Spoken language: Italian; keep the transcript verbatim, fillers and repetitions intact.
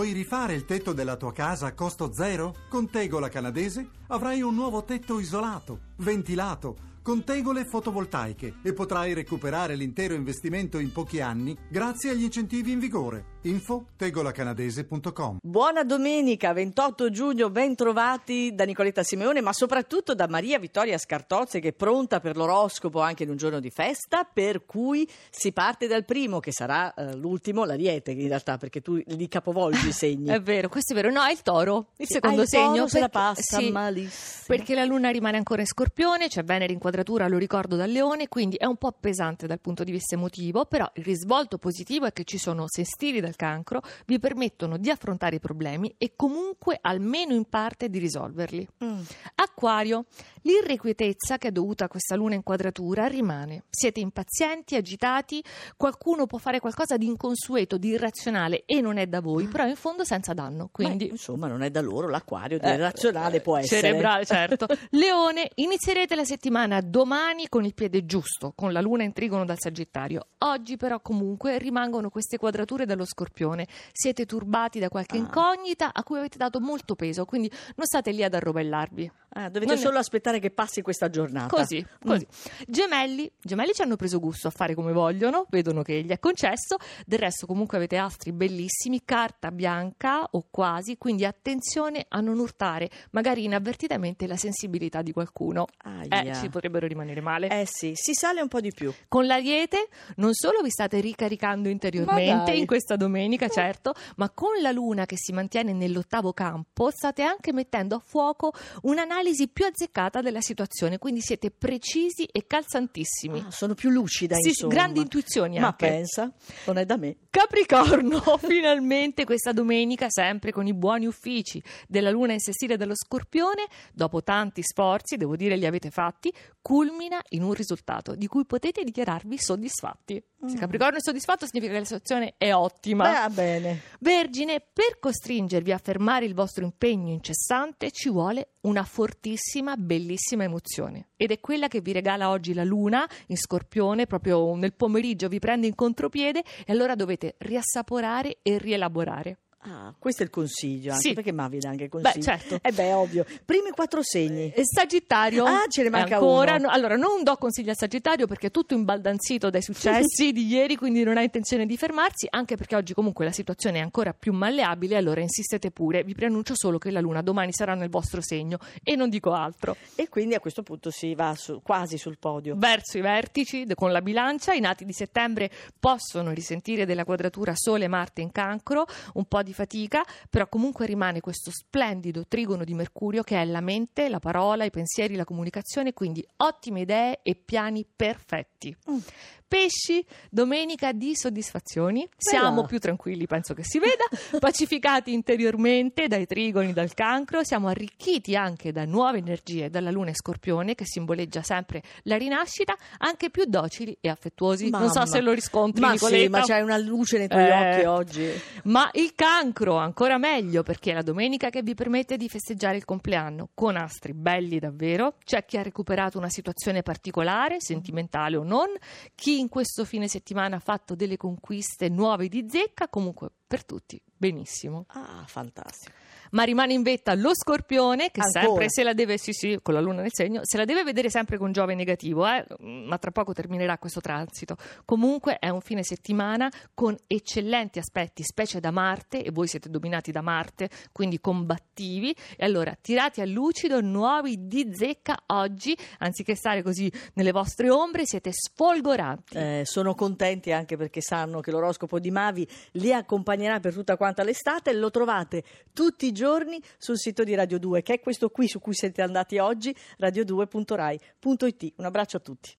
Vuoi rifare il tetto della tua casa a costo zero? Con Tegola Canadese avrai un nuovo tetto isolato, ventilato, con tegole fotovoltaiche e potrai recuperare l'intero investimento in pochi anni grazie agli incentivi in vigore. Info tegolacanadese punto com. Buona domenica, ventotto giugno, ben trovati da Nicoletta Simeone, ma soprattutto da Maria Vittoria Scartozzi, che è pronta per l'oroscopo anche in un giorno di festa, per cui si parte dal primo, che sarà uh, l'ultimo, l'Ariete in realtà, perché tu li capovolgi i segni. È vero, questo è vero. No, è il Toro, il Sì, secondo ah, il Toro segno. se la perché- passa sì, malissimo. perché la Luna rimane ancora in Scorpione, c'è Venere in quadratura, lo ricordo, dal Leone, quindi è un po' pesante dal punto di vista emotivo, però il risvolto positivo è che ci sono sestili dal Cancro, vi permettono di affrontare i problemi e comunque almeno in parte di risolverli. Mm. Acquario, l'irrequietezza che è dovuta a questa Luna in quadratura rimane. Siete impazienti, agitati, qualcuno può fare qualcosa di inconsueto, di irrazionale e non è da voi, però in fondo senza danno, quindi... Beh, insomma, non è da loro, l'Acquario di Eh, razionale può essere. Cerebrale, certo. Leone, inizierete la settimana domani con il piede giusto, con la Luna in trigono dal Sagittario. Oggi però comunque rimangono queste quadrature dallo Scorpione. Siete turbati da qualche Ah. incognita a cui avete dato molto peso, quindi non state lì ad arrovellarvi. Ah, dovete Non è- solo aspettare che passi questa giornata. Così, così. Gemelli, gemelli ci hanno preso gusto a fare come vogliono, vedono che gli è concesso, del resto comunque avete astri bellissimi, carta bianca o quasi, quindi attenzione a non urtare, magari inavvertitamente, la sensibilità di qualcuno. Aia. Eh, ci potrebbero rimanere male. Eh sì, si sale un po' di più. Con l'Ariete non solo vi state ricaricando interiormente Ma dai. in questa domenica, certo, ma con la Luna che si mantiene nell'ottavo campo state anche mettendo a fuoco un'analisi più azzeccata della situazione, quindi siete precisi e calzantissimi. Ah, sono più lucida, Sì, insomma. grandi intuizioni Ma anche. pensa, non è da me. Capricorno, finalmente questa domenica, sempre con i buoni uffici della Luna in sestile dello Scorpione, dopo tanti sforzi, devo dire li avete fatti, culmina in un risultato di cui potete dichiararvi soddisfatti. Se Mm. Capricorno è soddisfatto significa che la situazione è ottima. Beh, va bene. Vergine, per costringervi a fermare il vostro impegno incessante ci vuole una fortissima, bellissima emozione. Ed è quella che vi regala oggi la Luna in Scorpione, proprio nel pomeriggio vi prende in contropiede e allora dovete riassaporare e rielaborare. Ah, questo è il consiglio, anche Sì. perché Mavi dà anche consigli. Beh, certo. Eh beh, ovvio. Primi quattro segni. E Sagittario? Ah, ce ne manca ancora, uno. no, allora, non do consigli al Sagittario perché è tutto imbaldanzito dai successi di ieri, quindi non ha intenzione di fermarsi, anche perché oggi comunque la situazione è ancora più malleabile, allora insistete pure. Vi preannuncio solo che la Luna domani sarà nel vostro segno e non dico altro. E quindi a questo punto si va su- quasi sul podio. Verso i vertici de- con la bilancia, i nati di settembre possono risentire della quadratura Sole-Marte in Cancro, un po' di fatica, però comunque rimane questo splendido trigono di Mercurio che è la mente, la parola, i pensieri, la comunicazione, quindi ottime idee e piani perfetti. Mm. Pesci, domenica di soddisfazioni, siamo là. più tranquilli, penso che si veda, pacificati interiormente dai trigoni, dal Cancro, siamo arricchiti anche da nuove energie, dalla Luna in Scorpione che simboleggia sempre la rinascita, anche più docili e affettuosi. Non so Mamma. se lo riscontri, Ma Nicoletta. sì, ma c'hai una luce nei tuoi Eh. occhi oggi. Ma il Cancro ancora meglio, perché è la domenica che vi permette di festeggiare il compleanno con astri belli davvero. C'è chi ha recuperato una situazione particolare, sentimentale o non, chi in questo fine settimana ha fatto delle conquiste nuove di zecca, comunque per tutti benissimo. Ah, fantastico. Ma rimane in vetta lo Scorpione che Ancora? sempre se la deve, sì sì, con la Luna nel segno, se la deve vedere sempre con Giove negativo, eh? Ma tra poco terminerà questo transito. Comunque è un fine settimana con eccellenti aspetti, specie da Marte, e voi siete dominati da Marte, quindi combattivi, e allora tirati a lucido, nuovi di zecca oggi, anziché stare così nelle vostre ombre, siete sfolgoranti. Eh, sono contenti anche perché sanno che l'oroscopo di Mavi li accompagnerà per tutta quanta l'estate e lo trovate tutti i giorni sul sito di Radio due, che è questo qui su cui siete andati oggi, radio due punto rai punto it. Un abbraccio a tutti.